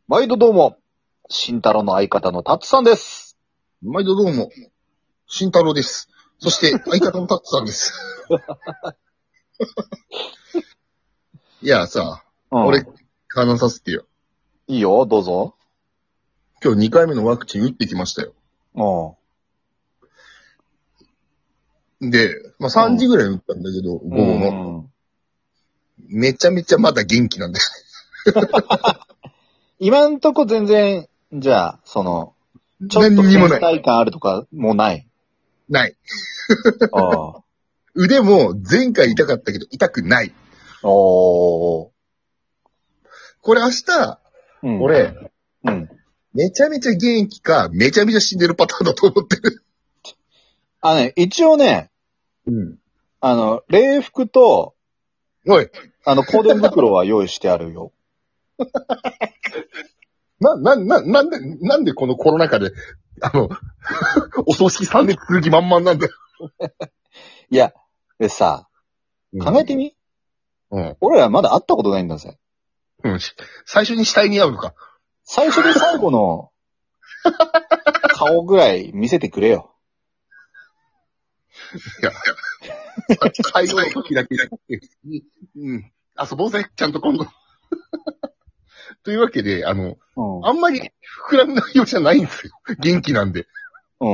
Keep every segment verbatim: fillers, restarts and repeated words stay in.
毎度どうも、慎太郎の相方のタツさんです。 毎度どうも、慎太郎です。そして、相方のタッツさんです。いや、さ、 うん。 俺、話させてよ。 いいよ、どうぞ。 今日にかいめのワクチン打ってきましたよ。 うん。 で、まあ、さんじぐらいに打ったんだけど、午後の。めちゃめちゃまだ元気なんだよ。 今んとこ全然、じゃあ、その、ちょっと何にもない。 倦怠感あるとかもうない。 ない。 ああ。 腕も前回痛かったけど痛くない。 おー。 これ明日、 うん。 俺、 うん。 めちゃめちゃ元気か、めちゃめちゃ死んでるパターンだと思ってる。 あのね、一応ね、 うん。 あの、礼服と、 おい、 あの、香典袋は用意してあるよ。 な、な、な、なんで、なんでこのコロナ禍で、あの、お葬式さんねん続き満々なんだよ。 いや、でさ、考えてみ、 うん。 俺らまだ会ったことないんだぜ。 うん。し最初に死体に会うのか。 最初で最後の顔ぐらい見せてくれよ。 いや、最後の時だけだって。うん。遊ぼうぜ、ちゃんと今度。というわけで、あの、 うん。 あんまり膨らむ内容じゃないんですよ。元気なんで。 うん。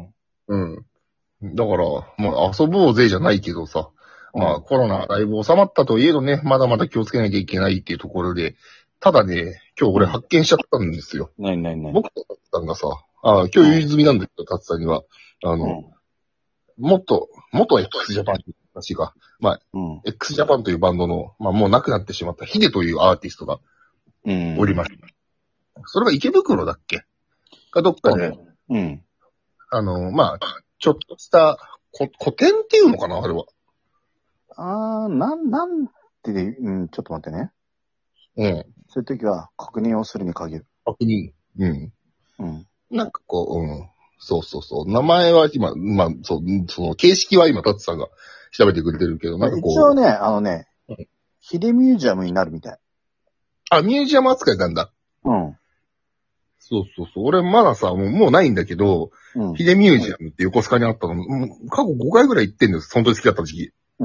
うん。だから、まあ遊ぼうぜじゃないけどさ。まあコロナだいぶ収まったといえどね、まだまだ気をつけなきゃいけないっていうところで、ただね、今日俺発見しちゃったんですよ。 なになになに僕とタツさんがさ、あ今日言い済みなんだけど、タツさんには、あの、 うん。 元、元 x ジャパンっていう話が、まあ、 うん。 x ジャパンというバンドの、まあもう亡くなってしまったヒデというアーティストがうん。 おります。それが池袋だっけかどっかで、 うん。 あの、まあ、ちょっとしたこ古典っていうのかなあれは。 あー、なん、なんてで、うん、ちょっと待ってね。 うん。 そういう時は確認をするに限る。 確認。うん。 うん。 なんかこう、うん。そうそうそう。名前は今、まあ、そう、その形式は今、タツさんが調べてくれてるけど、なんかこう。 一応ね、あのねうん、 ヒデミュージアムになるみたい。 あ、ミュージアム扱いなんだ。 うん。 そうそうそう。俺まださ、もう、もうないんだけど、 うん。 ヒデミュージアムって横須賀にあったの、もう過去ごかいぐらい行ってんです。本当に好きだった時期。 うん。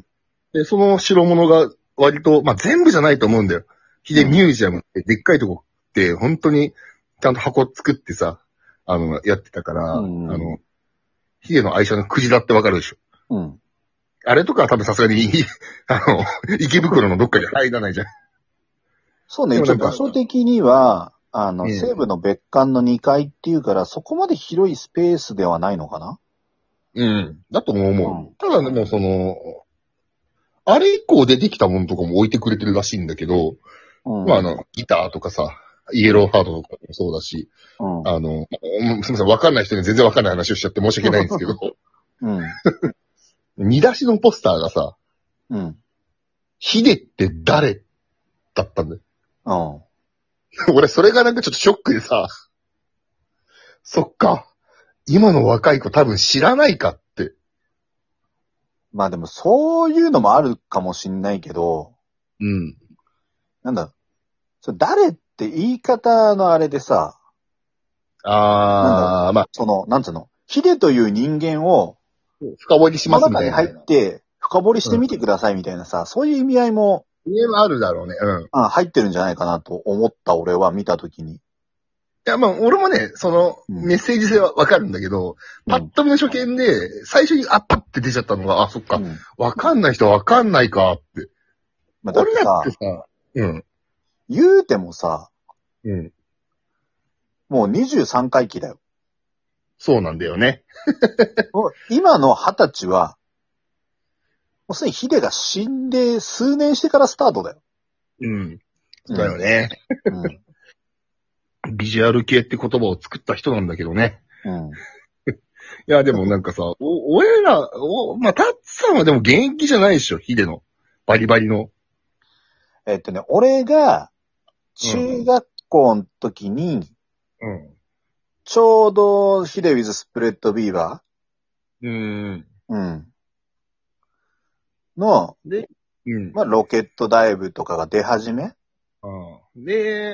で、その代物が割と、まあ、全部じゃないと思うんだよ。ヒデミュージアムってでっかいとこって、本当にちゃんと箱作ってさ、あの、やってたから、 うん、 あの、ヒデの愛車のクジラってわかるでしょ。 うん。 あれとかは多分さすがに、あの、池袋のどっかに入らないじゃん。 そうね、 でもなんか一応場所的には、あの、 うん西部の別館のにかいっていうから、そこまで広いスペースではないのかな。 うん。だとも思う。 うんただね、もうその、あれ以降出てきたものとかも置いてくれてるらしいんだけど、 うん。 まああの、ギターとかさ、イエローハートとかもそうだし、 うん。 あの、うんすみません、わかんない人に全然わかんない話をしちゃって申し訳ないんですけど、 うん。 見出しのポスターがさ、 うん。 ヒデって誰だったんだよ。 うん。 俺それがなんかちょっとショックでさ、そっか、今の若い子多分知らないかって。 まあでもそういうのもあるかもしんないけど、 うん。 なんだ、それ誰って言い方のあれでさ、 あー、まあ、 その、なんつうの、ヒデという人間を、 深掘りしそますみたいな。 の中に入って深掘りしてみてくださいみたいなさ、そういう意味合いも、 家はあるだろうね。うん。いあ入ってるんじゃないかなと思った俺は見たときに。 や、まあ、俺もね、その、 うんメッセージ性はわかるんだけど、パッと見の初見で、最初にあっパって出ちゃったのが、あ、そっか、 うんわかんない人はわかんないかって。 まあ、だってさ俺だって、さ、うん、 言うてもさ、 うん。 もうにじゅうさんかいきだよ。 そうなんだよね。 もう今のはたちは、もうすでにヒデが死んで数年してからスタートだよ。 うん。だよね。 うん。 ビジュアル系って言葉を作った人なんだけどね。 うん。 いや、でもなんかさ、お、俺ら、お、まあ、タッツさんはでも現役じゃないでしょ、ヒデの。バリバリの。 えっとね、俺が中学校の時に、 うん。 ちょうどヒデウィズスプレッドビーバうーん。 ーうん。の、 で、うん。 まあ、ロケットダイブとかが出始めうんで、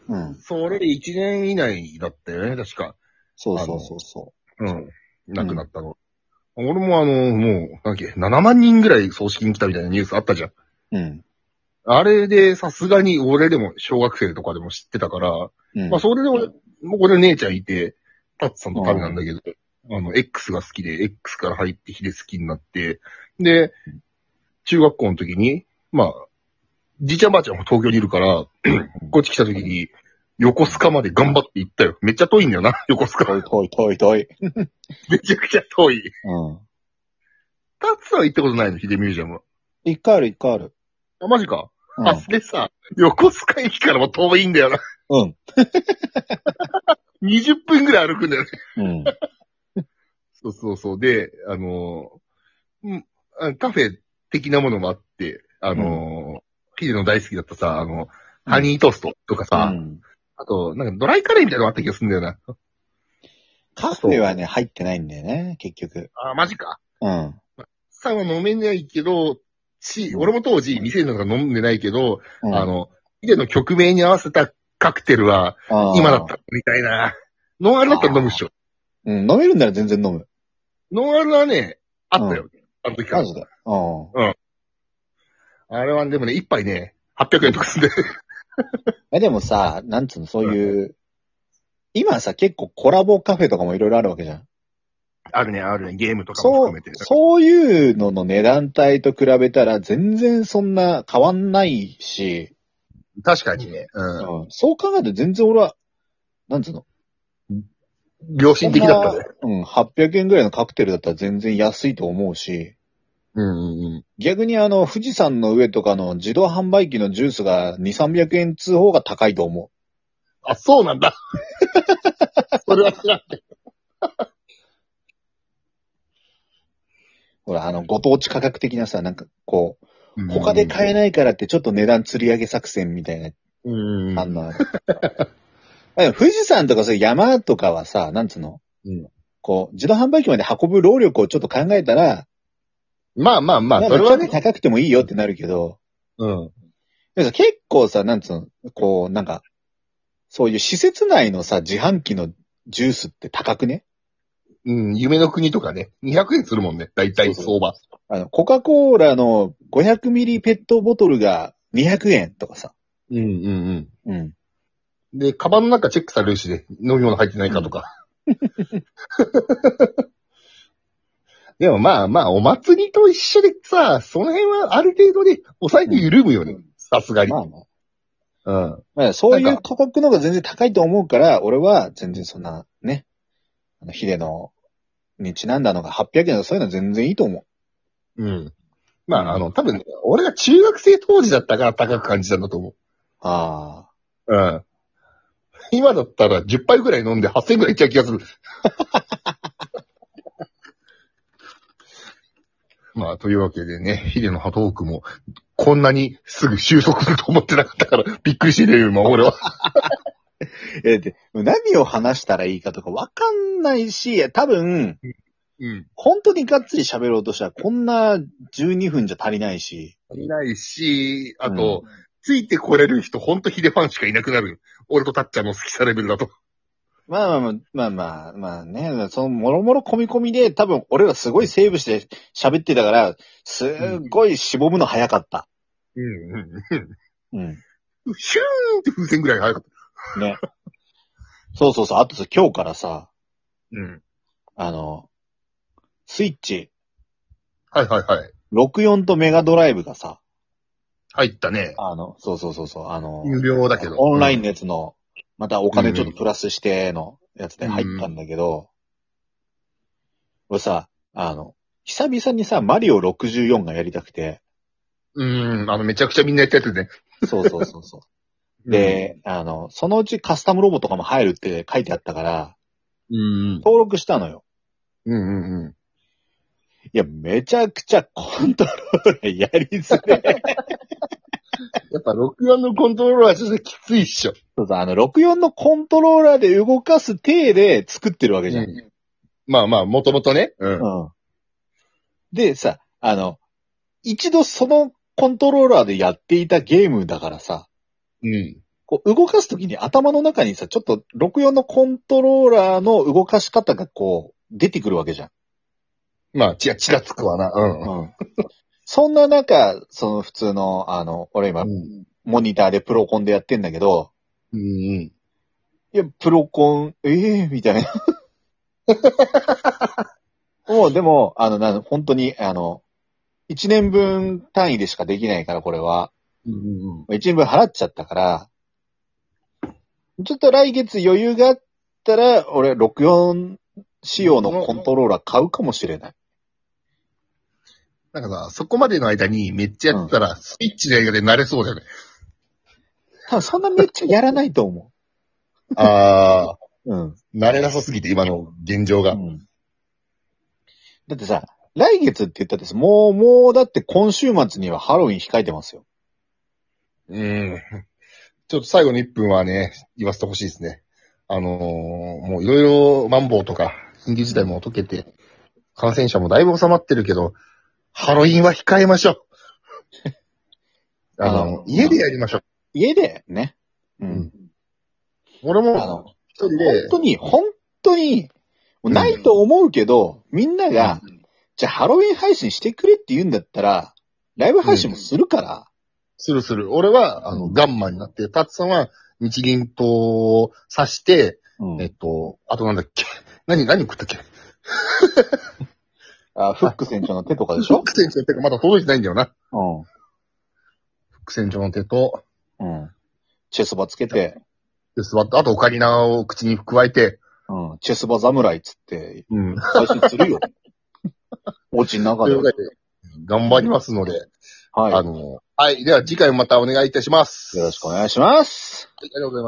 うん。 それいちねん以内だったよね、確か。 そうそうそうそうん。亡くなったの。俺もあの、もう、なんだっけ、ななまん人ぐらい葬式に来たみたいなニュースあったじゃん。 う。うん。 あれで、さすがに俺でも小学生とかでも知ってたから、 うん。 まあそれで俺、もう俺姉ちゃんいて、タッツさんとカメなんだけど、あの、X が好きで、X から入ってヒデ好きになって、で、中学校の時に、まあ、じいちゃんばあちゃんも東京にいるから、こっち来た時に、横須賀まで頑張って行ったよ。めっちゃ遠いんだよな、横須賀。 遠い遠い遠い遠い。 めちゃくちゃ遠い。 うん。 タッツさんは行ったことないの、ヒデミュージアムは。 一回ある一回ある。 あ、マジか。 うん。 あ、でさ、横須賀駅からも遠いんだよな。 うん。 にじゅっぷんぐらい歩くんだよね。 うん。 そうそうそう。で、あのー、うんあ、カフェ的なものもあって、あのー、ヒデの大好きだったさ、あの、ハニートーストとかさ、 うん。 あと、なんかドライカレーみたいなのがあった気がするんだよな。 カフェはね、入ってないんだよね、結局。 あ、マジか。 うん。 さは飲めないけど、し、 うん俺も当時店の中飲んでないけど、 うん、 あの、ヒデの曲名に合わせたカクテルは、今だったみたいな。ノンアルだったら飲むっしょ。 うん、飲めるんなら全然飲む。 ノンアルはね、あったよ。あの時から。 マジで。うん。 あれはでもね、一杯ね、はっぴゃくえんとかすんで。 え、でもさ、なんつうの、そういう、今さ、結構コラボカフェとかもいろいろあるわけじゃん。 あるね、あるね、ゲームとかもそう含めて。、 そういうのの値段帯と比べたら全然そんな変わんないし、 確かにね。うん。 うん、そう考えて全然俺は、なんつうの、 良心的だったね。 うん、はっぴゃくえんぐらいのカクテルだったら全然安いと思うし、 うんうんうん。 逆にあの、富士山の上とかの自動販売機のジュースがに、さんびゃくえん通方が高いと思う。 あ、そうなんだ。それは知らんて。 ほら、あの、ご当地価格的なさ、なんかこう、他で買えい。 ないからってちょっと値段釣り上げ作戦みたいな、 うん。 あんな。富士山とかそういう山とかはさ、なんつうの、 うん、 こう、自動販売機まで運ぶ労力をちょっと考えたら、 まあまあまあ、 まあ、 それはね。 高くてもいいよってなるけど、 うん。 でもさ結構さ、なんつうの、こう、なんか、そういう施設内のさ、自販機のジュースって高くね？ うん、夢の国とかね、にひゃくえんするもんね、だいたい相場。 あの、コカ・コーラのごひゃくミリペットボトルがにひゃくえんとかさ。 うんうんうん。 うん。で、カバンの中チェックされるしね、飲み物入ってないかとか。うん、でもまあまあ、お祭りと一緒でさ、その辺はある程度で抑えて緩むよね。さすがに。 まあまあ。 うん。 まあ、そういう価格の方が全然高いと思うから、俺は全然そんな、ね。あの、ヒデの、にちなんだのがはっぴゃくえんとかそういうのは全然いいと思う。うん。まあ、あの、多分、ね、俺が中学生当時だったから高く感じたんだと思う。 あうん。今だったらじゅっぱいぐらい飲んではっせんえんぐらいいっちゃう気がする。まあ、というわけでね、ヒデのハトークも、こんなにすぐ収束すると思ってなかったから、びっくりしてるよ、今、俺は。 え、で、何を話したらいいかとかわかんないし、多分、 うん。 本当にがっつり喋ろうとしたらこんなじゅうにふんじゃ足りないし。 いないし、あと、うん、ついてこれる人、ほんとヒデファンしかいなくなる。俺とタッチャーの好きさレベルだと。 まあまあまあまあまあね、そのもろもろ込み込みで多分俺らすごいセーブして喋ってたから、すっごいしぼむの早かった。 うんうんうん。うん。シューンって風船ぐらい早かった。 ね。そうそうそう。あとさ、今日からさ、 うん。 あの、スイッチ。 はいはいはい。 ろくじゅうよんとメガドライブがさ、 入ったね。 あの、そうそうそうそう、あの、 有料だけど。 オンラインのやつの、またお金ちょっとプラスしてのやつで入ったんだけど、俺さ、あの、久々にさ、マリオろくじゅうよんがやりたくて。 うーん、あの、めちゃくちゃみんなやったやつね。 そうそうそうそう。で、うん、あの、そのうちカスタムロボとかも入るって書いてあったから、 うん、 登録したのよ。 うんうんうん。 いや、めちゃくちゃコントローラーやりづれ。 やっぱろくじゅうよんのコントローラーはちょっときついっしょ。 そうそう、あの、ろくじゅうよんのコントローラーで動かす体で作ってるわけじゃん。うん、 まあまあ、もともとね。うん。 うん。で、さ、あの、一度そのコントローラーでやっていたゲームだからさ、 うん。 こう動かすときに頭の中にさ、ちょっとろくじゅうよんのコントローラーの動かし方がこう、出てくるわけじゃん。 まあ、ちら、ちらつくわな。うん。 うん。そんな中、その普通の、あの、俺今、 うん。 モニターでプロコンでやってんだけど、 うん。 いや、プロコン、ええー、みたいな。もう、でも、あの、な、本当に、あの、一年分単位でしかできないから、これは。 うん。うん。 一年分払っちゃったから、ちょっと来月余裕があったら、俺、ろくじゅうよん仕様のコントローラー買うかもしれない。 なんかさ、そこまでの間にめっちゃやってたら、スイッチのやり方で慣れそうだよね。 多分そんなめっちゃやらないと思ああ、 う。うん。 慣れなさすぎて、今の現状が。 うんだってさ、来月って言ったってもう、もうだって今週末にはハロウィン控えてますよ。 うん。ちょっと最後のいっぷんはね、言わせてほしいですね。あのー、もういろいろマンボウとか、緊急事態も解けて、感染者もだいぶ収まってるけど、ハロウィンは控えましょう。あの、 あの家でやりましょう。 家でね。ううんん。 俺も、 あの、 一人で本、当に、本当に、もうないと思うけど、みんなが、じゃあハロウィン配信してくれって言うんだったら、ライブ配信もするから。 するする。俺は、あの、ガンマになって、タツさんは日銀刀を刺して、 うんえっと、あとなんだっけ。何、何食ったっけ。 あ、フック船長の手とかでしょフック船長の手がまだ届いてないんだよな。 うフック船長の手と、 ん。うん。チェスバつけて、 で座って、あとオカリナを口に加えて、 うん。チェスバ侍っつって、 うん。 配信するよ。お家の中でという。ことで、頑張りますので、 はい。 あの、はい。では次回もまたお願いいたします。 よろしくお願いします。 はい、ありがとうございます。